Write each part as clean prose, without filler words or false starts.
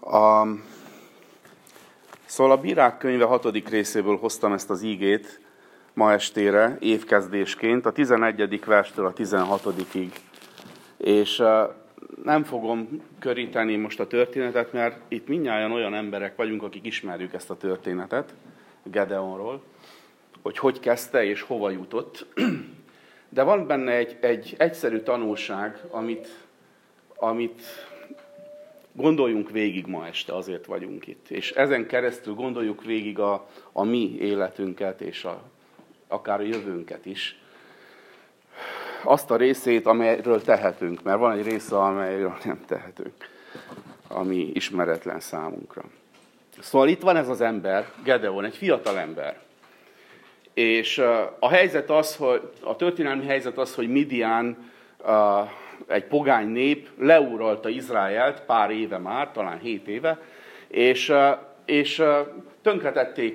A, szóval a Bírák könyve 6. részéből hoztam ezt az ígét ma estére, évkezdésként, a 11. verstől a 16-ig. És nem fogom köríteni most a történetet, mert itt mindnyájan olyan emberek vagyunk, akik ismerjük ezt a történetet Gedeonról, hogy kezdte és hova jutott. De van benne egy egyszerű tanulság, amit gondoljunk végig ma este, azért vagyunk itt. És ezen keresztül gondoljuk végig a mi életünket, és akár a jövőnket is. Azt a részét, amelyről tehetünk, mert van egy része, amelyről nem tehetünk, ami ismeretlen számunkra. Szóval itt van ez az ember, Gedeon, egy fiatal ember. És a történelmi helyzet az, hogy Midian, egy pogány nép leuralta Izraelt pár éve már, talán 7 éve, és tönkretették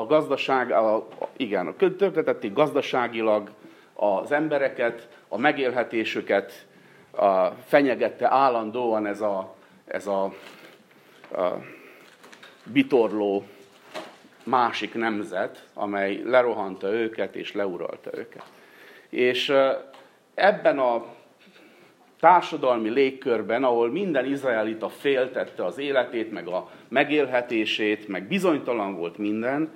tönkretették gazdaságilag az embereket, a megélhetésüket, fenyegette állandóan ez a bitorló másik nemzet, amely lerohanta őket és leuralta őket. És ebben a társadalmi légkörben, ahol minden izraelita féltette az életét, meg a megélhetését, meg bizonytalan volt minden,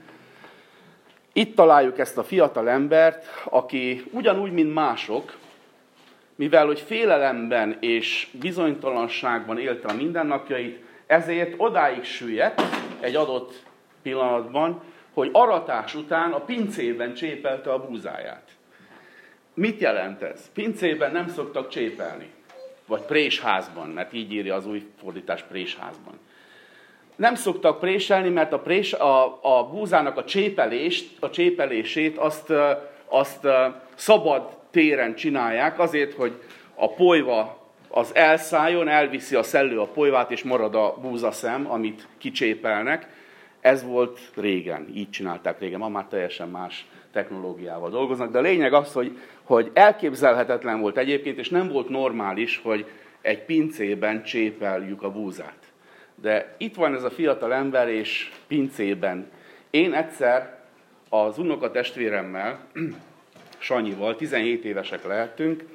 itt találjuk ezt a fiatal embert, aki ugyanúgy, mint mások, mivel hogy félelemben és bizonytalanságban élte a mindennapjait, ezért odáig süllyedt egy adott pillanatban, hogy aratás után a pincében csépelte a búzáját. Mit jelent ez? Pincében nem szoktak csépelni. Vagy présházban, mert így írja az új fordítás, présházban. Nem szoktak préselni, mert a búzának a csépelését azt szabad téren csinálják, azért, hogy a polyva az elszálljon, elviszi a szellő a polyvát, és marad a búzaszem, amit kicsépelnek. Ez volt régen, így csinálták régen, ma már teljesen más technológiával dolgoznak, de a lényeg az, hogy elképzelhetetlen volt egyébként, és nem volt normális, hogy egy pincében csépeljük a búzát. De itt van ez a fiatal ember, és pincében. Én egyszer az unokatestvéremmel, Sanyival, 17 évesek lehettünk,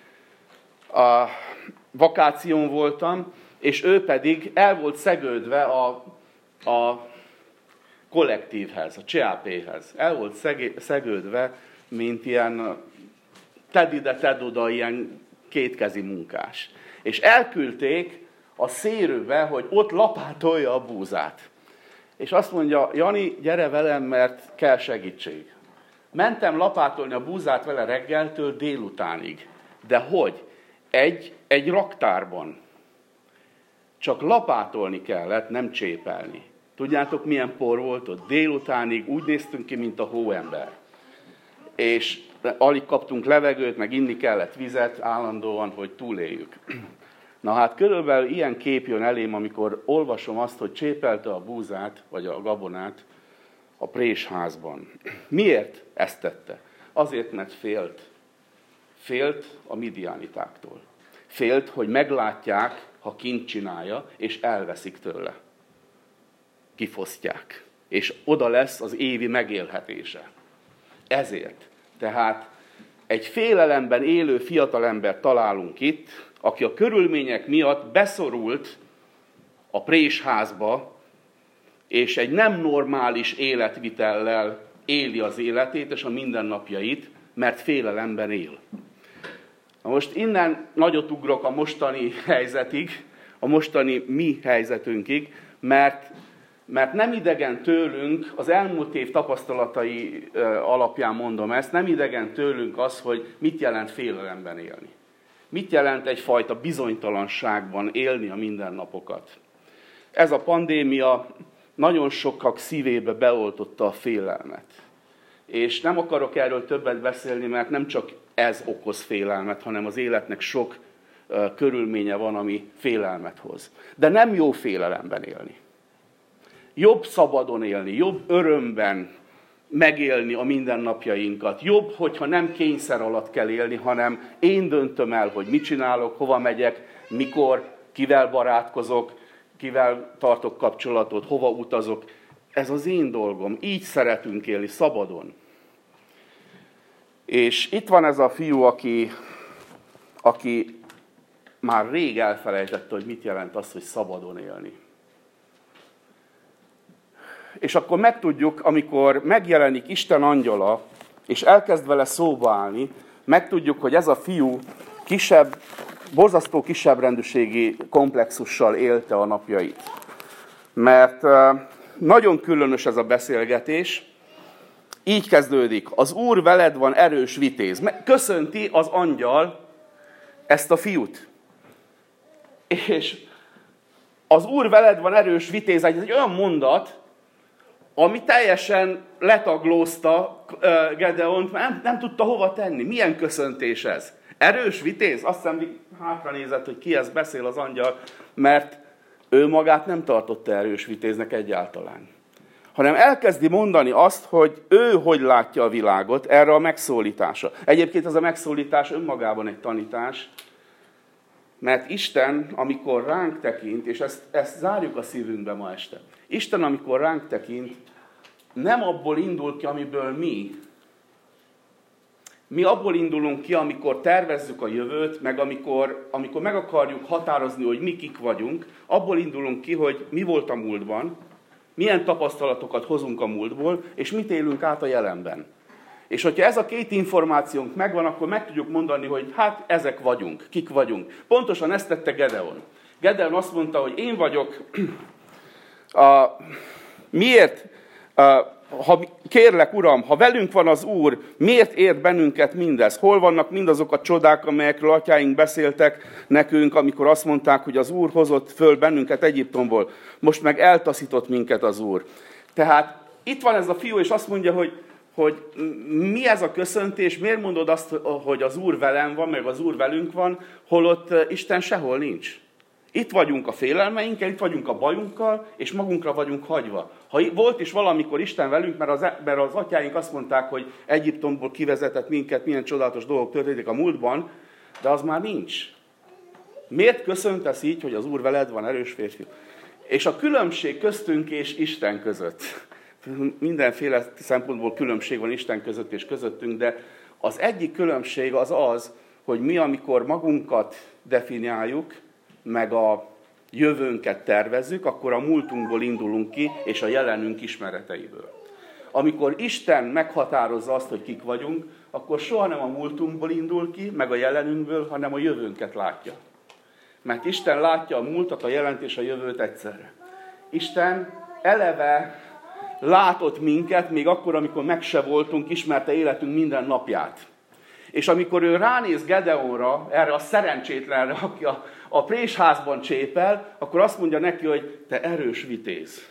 a vakáción voltam, és ő pedig el volt szegődve a kollektívhez, a CAP-hez. El volt szegődve, mint ilyen tedd ide, tedd oda, ilyen kétkezi munkás. És elküldték a szérőbe, hogy ott lapátolja a búzát. És azt mondja, Jani, gyere velem, mert kell segítség. Mentem lapátolni a búzát vele reggeltől délutánig. De hogy? Egy raktárban. Csak lapátolni kellett, nem csépelni. Tudjátok, milyen por volt ott? Délutánig úgy néztünk ki, mint a hóember. És alig kaptunk levegőt, meg inni kellett vizet állandóan, hogy túléljük. Na hát körülbelül ilyen kép jön elém, amikor olvasom azt, hogy csépelte a búzát, vagy a gabonát a présházban. Miért ezt tette? Azért, mert félt. Félt a midianitáktól. Félt, hogy meglátják, ha kint csinálja, és elveszik tőle. Kifosztják. És oda lesz az évi megélhetése. Ezért. Tehát egy félelemben élő fiatalember találunk itt, aki a körülmények miatt beszorult a présházba, és egy nem normális életvitellel éli az életét és a mindennapjait, mert félelemben él. Na most innen nagyot ugrok a mostani helyzetig, a mostani mi helyzetünkig, mert nem idegen tőlünk, az elmúlt év tapasztalatai alapján mondom ezt, nem idegen tőlünk az, hogy mit jelent félelemben élni. Mit jelent egyfajta bizonytalanságban élni a mindennapokat. Ez a pandémia nagyon sokak szívébe beoltotta a félelmet. És nem akarok erről többet beszélni, mert nem csak ez okoz félelmet, hanem az életnek sok körülménye van, ami félelmet hoz. De nem jó félelemben élni. Jobb szabadon élni, jobb örömben megélni a mindennapjainkat. Jobb, hogyha nem kényszer alatt kell élni, hanem én döntöm el, hogy mit csinálok, hova megyek, mikor, kivel barátkozok, kivel tartok kapcsolatot, hova utazok. Ez az én dolgom. Így szeretünk élni, szabadon. És itt van ez a fiú, aki már rég elfelejtette, hogy mit jelent az, hogy szabadon élni. És akkor megtudjuk, amikor megjelenik Isten angyala, és elkezd vele szóba állni, megtudjuk, hogy ez a fiú borzasztó kisebbrendűségi komplexussal élte a napjait. Mert nagyon különös ez a beszélgetés. Így kezdődik. Az Úr veled van, erős vitéz. Köszönti az angyal ezt a fiút. És az Úr veled van, erős vitéz. Ez egy olyan mondat, ami teljesen letaglózta Gedeont, mert nem tudta hova tenni. Milyen köszöntés ez? Erős vitéz? Azt hiszem, hátra nézett, hogy ki ezt beszél az angyal, mert ő magát nem tartotta erős vitéznek egyáltalán. Hanem elkezdi mondani azt, hogy ő hogy látja a világot, erre a megszólítása. Egyébként ez a megszólítás önmagában egy tanítás, mert Isten, amikor ránk tekint, és ezt zárjuk a szívünkbe ma este, Isten, amikor ránk tekint, nem abból indul ki, amiből mi abból indulunk ki, amikor tervezzük a jövőt, meg amikor meg akarjuk határozni, hogy mi kik vagyunk, abból indulunk ki, hogy mi volt a múltban, milyen tapasztalatokat hozunk a múltból, és mit élünk át a jelenben. És hogyha ez a két információnk megvan, akkor meg tudjuk mondani, hogy hát ezek vagyunk, kik vagyunk. Pontosan ezt tette Gedeon. Gedeon azt mondta, hogy én vagyok. Miért? Kérlek, Uram, ha velünk van az Úr, miért ért bennünket mindez? Hol vannak mindazok a csodák, amelyekről atyáink beszéltek nekünk, amikor azt mondták, hogy az Úr hozott föl bennünket Egyiptomból. Most meg eltaszított minket az Úr. Tehát itt van ez a fiú, és azt mondja, hogy mi ez a köszöntés, miért mondod azt, hogy az Úr velem van, meg az Úr velünk van, holott Isten sehol nincs. Itt vagyunk a félelmeinkkel, itt vagyunk a bajunkkal, és magunkra vagyunk hagyva. Ha volt is valamikor Isten velünk, mert az atyáink azt mondták, hogy Egyiptomból kivezetett minket, milyen csodálatos dolgok történtek a múltban, de az már nincs. Miért köszöntesz így, hogy az Úr veled van, erős férfi? És a különbség köztünk és Isten között. Mindenféle szempontból különbség van Isten között és közöttünk, de az egyik különbség az, hogy mi, amikor magunkat definiáljuk, meg a jövőnket tervezzük, akkor a múltunkból indulunk ki, és a jelenünk ismereteiből. Amikor Isten meghatározza azt, hogy kik vagyunk, akkor soha nem a múltunkból indul ki, meg a jelenünkből, hanem a jövőnket látja. Mert Isten látja a múltat, a jelent és a jövőt egyszerre. Isten eleve látott minket, még akkor, amikor meg se voltunk, ismerte életünk minden napját. És amikor ő ránéz Gedeonra, erre a szerencsétlenre, aki a présházban csépel, akkor azt mondja neki, hogy te erős vitéz.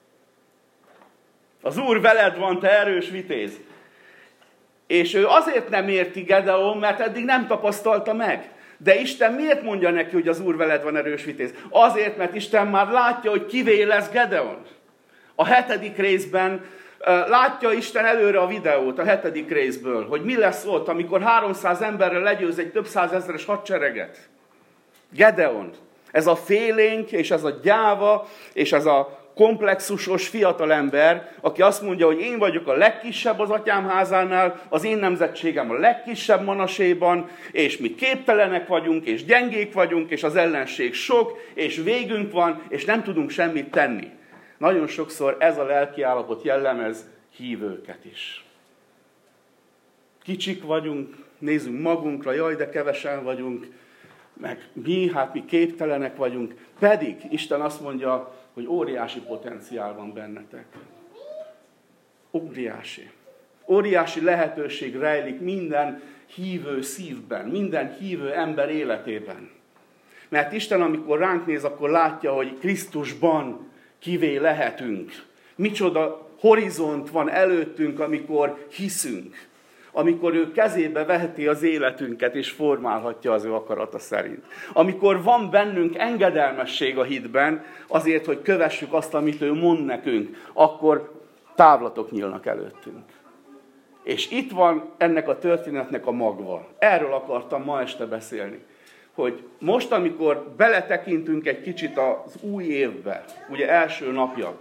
Az Úr veled van, te erős vitéz. És ő azért nem érti Gedeon, mert eddig nem tapasztalta meg. De Isten miért mondja neki, hogy az Úr veled van, erős vitéz? Azért, mert Isten már látja, hogy kivé lesz Gedeon. A 7. részben látja Isten előre a videót, a 7. részből, hogy mi lesz ott, amikor 300 emberrel legyőz egy több százezres hadsereget. Gedeon. Ez a félénk, és ez a gyáva, és ez a komplexusos fiatalember, aki azt mondja, hogy én vagyok a legkisebb az atyám házánál, az én nemzetségem a legkisebb Manaséban, és mi képtelenek vagyunk, és gyengék vagyunk, és az ellenség sok, és végünk van, és nem tudunk semmit tenni. Nagyon sokszor ez a lelkiállapot jellemez hívőket is. Kicsik vagyunk, nézzünk magunkra, jaj, de kevesen vagyunk, meg mi képtelenek vagyunk, pedig Isten azt mondja, hogy óriási potenciál van bennetek. Óriási. Óriási lehetőség rejlik minden hívő szívben, minden hívő ember életében. Mert Isten, amikor ránk néz, akkor látja, hogy Krisztusban kivé lehetünk. Micsoda horizont van előttünk, amikor hiszünk. Amikor ő kezébe veheti az életünket, és formálhatja az ő akarata szerint. Amikor van bennünk engedelmesség a hitben, azért, hogy kövessük azt, amit ő mond nekünk, akkor távlatok nyílnak előttünk. És itt van ennek a történetnek a magva. Erről akartam ma este beszélni. hogy most, amikor beletekintünk egy kicsit az új évbe, ugye első napja,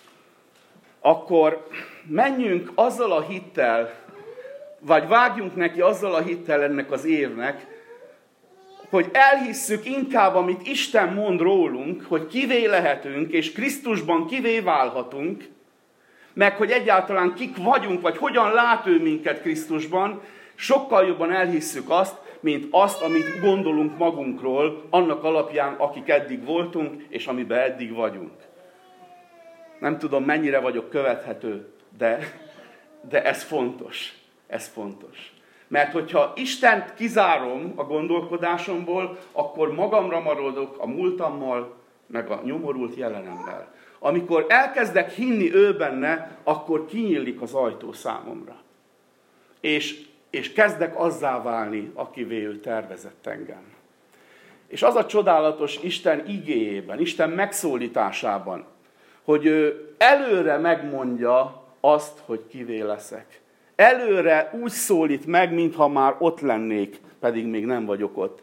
akkor menjünk azzal a hittel, vagy vágjunk neki azzal a hittel ennek az évnek, hogy elhisszük inkább, amit Isten mond rólunk, hogy kivé lehetünk, és Krisztusban kivé válhatunk, meg hogy egyáltalán kik vagyunk, vagy hogyan lát ő minket Krisztusban, sokkal jobban elhisszük azt, mint azt, amit gondolunk magunkról, annak alapján, akik eddig voltunk, és amiben eddig vagyunk. Nem tudom, mennyire vagyok követhető, de ez fontos. Ez fontos. Mert hogyha Istent kizárom a gondolkodásomból, akkor magamra maradok a múltammal, meg a nyomorult jelenemmel. Amikor elkezdek hinni ő benne, akkor kinyílik az ajtó számomra. És kezdek azzá válni, akivé ő tervezett engem. És az a csodálatos Isten igéjében, Isten megszólításában, hogy ő előre megmondja azt, hogy kivé leszek. Előre úgy szólít meg, mintha már ott lennék, pedig még nem vagyok ott.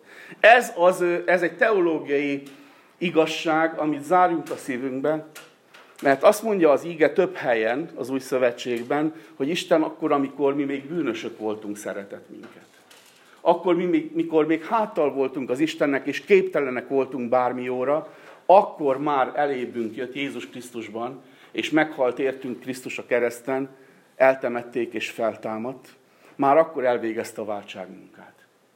Ez egy teológiai igazság, amit zárjunk a szívünkbe, mert azt mondja az íge több helyen az Új Szövetségben, hogy Isten akkor, amikor mi még bűnösök voltunk, szeretett minket. Akkor, mikor még háttal voltunk az Istennek, és képtelenek voltunk bármi jóra, akkor már elébünk jött Jézus Krisztusban, és meghalt értünk Krisztus a kereszten, eltemették és feltámadt, már akkor elvégezte a váltságmunkát.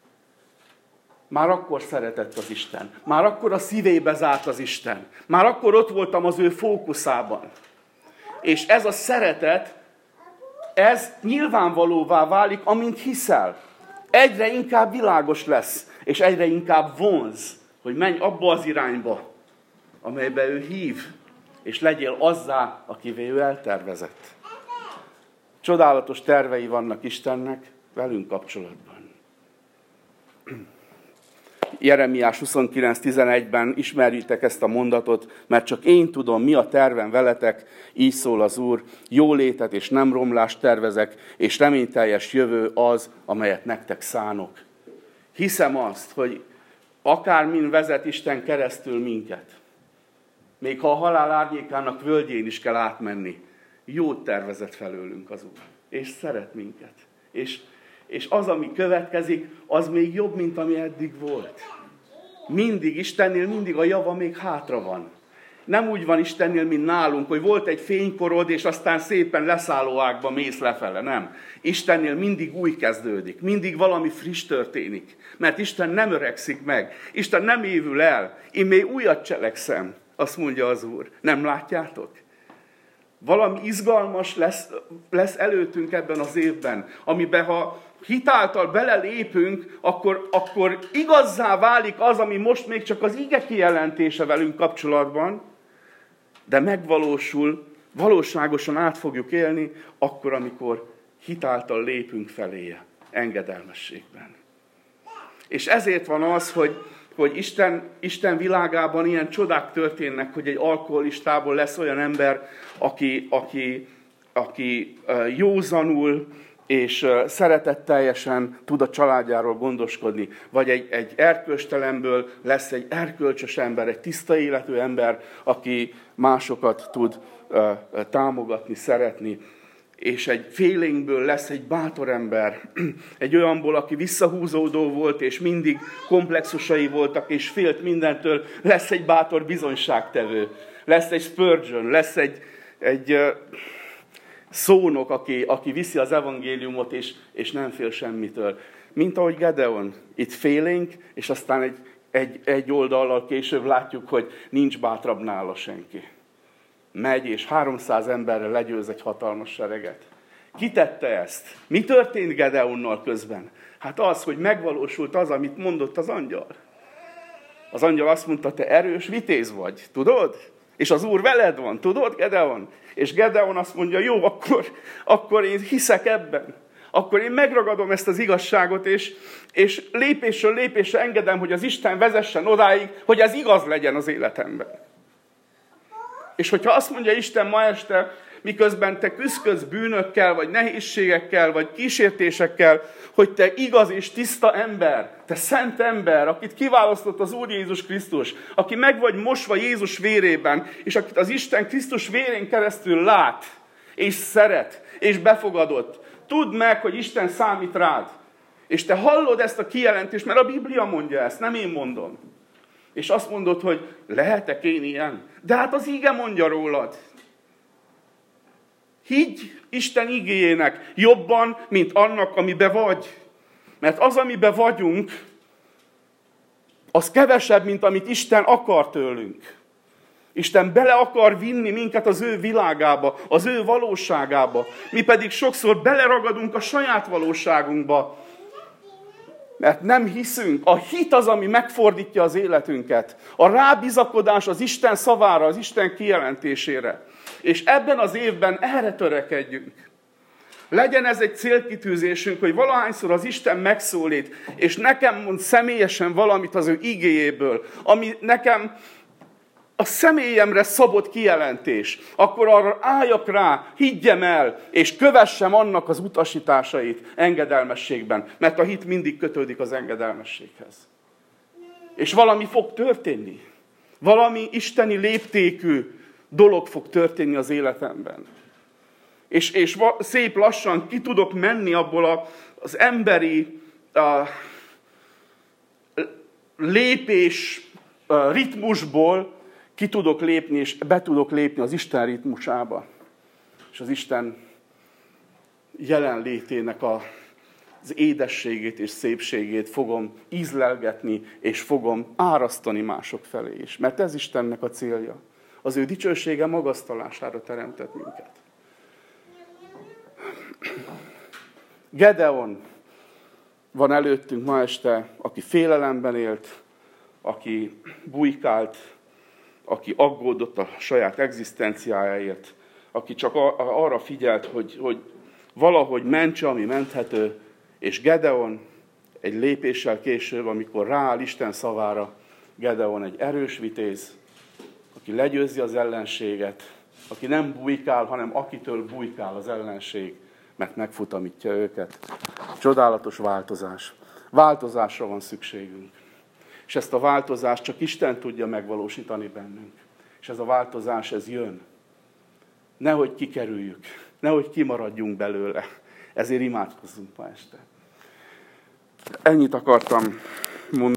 Már akkor szeretett az Isten. Már akkor a szívébe zárt az Isten. Már akkor ott voltam az ő fókuszában. És ez a szeretet, ez nyilvánvalóvá válik, amint hiszel. Egyre inkább világos lesz, és egyre inkább vonz, hogy menj abba az irányba, amelybe ő hív, és legyél azzá, akivé ő eltervezett. Csodálatos tervei vannak Istennek velünk kapcsolatban. Jeremiás 29:11-ben ismerjétek ezt a mondatot, mert csak én tudom, mi a tervem veletek, így szól az Úr, jólétet és nem romlást tervezek, és reményteljes jövő az, amelyet nektek szánok. Hiszem azt, hogy akármin vezet Isten keresztül minket, még ha a halál árnyékának völgyén is kell átmenni, jót tervezett felőlünk az Úr, és szeret minket. És az, ami következik, az még jobb, mint ami eddig volt. Mindig, Istennél mindig a java még hátra van. Nem úgy van Istennél, mint nálunk, hogy volt egy fénykorod, és aztán szépen leszálló ágba mész lefele. Nem. Istennél mindig új kezdődik. Mindig valami friss történik. Mert Isten nem öregszik meg. Isten nem évül el. Én még újat cselekszem, azt mondja az Úr. Nem látjátok? Valami izgalmas lesz előttünk ebben az évben, amiben ha hitáltal belelépünk, akkor igazzá válik az, ami most még csak az ige kijelentése velünk kapcsolatban, de megvalósul, valóságosan át fogjuk élni, akkor, amikor hitáltal lépünk feléje, engedelmességben. És ezért van az, hogy Isten világában ilyen csodák történnek, hogy egy alkoholistából lesz olyan ember, aki józanul és szeretetteljesen tud a családjáról gondoskodni. Vagy egy erkölcstelenből lesz egy erkölcsös ember, egy tiszta életű ember, aki másokat tud támogatni, szeretni. És egy félénkből lesz egy bátor ember, egy olyanból, aki visszahúzódó volt, és mindig komplexusai voltak, és félt mindentől, lesz egy bátor bizonyságtevő, lesz egy Spurgeon, lesz egy szónok, aki viszi az evangéliumot, és nem fél semmitől. Mint ahogy Gedeon, itt félénk, és aztán egy oldallal később látjuk, hogy nincs bátrabb nála senki. Megy, és 300 emberrel legyőz egy hatalmas sereget. Ki tette ezt? Mi történt Gedeonnal közben? Hát az, hogy megvalósult az, amit mondott az angyal. Az angyal azt mondta, te erős vitéz vagy, tudod? És az Úr veled van, tudod, Gedeon? És Gedeon azt mondja, jó, akkor én hiszek ebben. Akkor én megragadom ezt az igazságot, és lépésről lépésre engedem, hogy az Isten vezessen odáig, hogy ez igaz legyen az életemben. És hogyha azt mondja Isten ma este, miközben te küzdködsz bűnökkel, vagy nehézségekkel, vagy kísértésekkel, hogy te igaz és tiszta ember, te szent ember, akit kiválasztott az Úr Jézus Krisztus, aki meg vagy mosva Jézus vérében, és akit az Isten Krisztus vérén keresztül lát, és szeret, és befogadott. Tudd meg, hogy Isten számít rád. És te hallod ezt a kijelentést, mert a Biblia mondja ezt, nem én mondom. És azt mondod, hogy lehetek én ilyen? De hát az íge mondja rólad. Higgy Isten igéjének jobban, mint annak, amiben vagy. Mert az, amiben vagyunk, az kevesebb, mint amit Isten akar tőlünk. Isten bele akar vinni minket az ő világába, az ő valóságába. Mi pedig sokszor beleragadunk a saját valóságunkba. Mert nem hiszünk. A hit az, ami megfordítja az életünket. A rábizakodás az Isten szavára, az Isten kijelentésére. És ebben az évben erre törekedjünk. Legyen ez egy célkitűzésünk, hogy valahányszor az Isten megszólít, és nekem mond személyesen valamit az ő igéjéből, ami nekem a személyemre szabott kijelentés, akkor arra álljak rá, higgyem el, és kövessem annak az utasításait engedelmességben, mert a hit mindig kötődik az engedelmességhez. És valami fog történni. Valami isteni léptékű dolog fog történni az életemben. És szép lassan ki tudok menni abból az emberi lépés ritmusból, ki tudok lépni, és be tudok lépni az Isten ritmusába. És az Isten jelenlétének az édességét és szépségét fogom ízlelgetni, és fogom árasztani mások felé is. Mert ez Istennek a célja. Az ő dicsősége magasztalására teremtett minket. Gedeon van előttünk ma este, aki félelemben élt, aki bujkált, aki aggódott a saját egzisztenciájáért, aki csak arra figyelt, hogy valahogy mentse, ami menthető, és Gedeon egy lépéssel később, amikor rááll Isten szavára, Gedeon egy erős vitéz, aki legyőzi az ellenséget, aki nem bujkál, hanem akitől bujkál az ellenség, mert megfutamítja őket. Csodálatos változás. Változásra van szükségünk. És ezt a változást csak Isten tudja megvalósítani bennünk. És ez a változás, ez jön. Nehogy kikerüljük, nehogy kimaradjunk belőle. Ezért imádkozzunk ma este. Ennyit akartam mondani.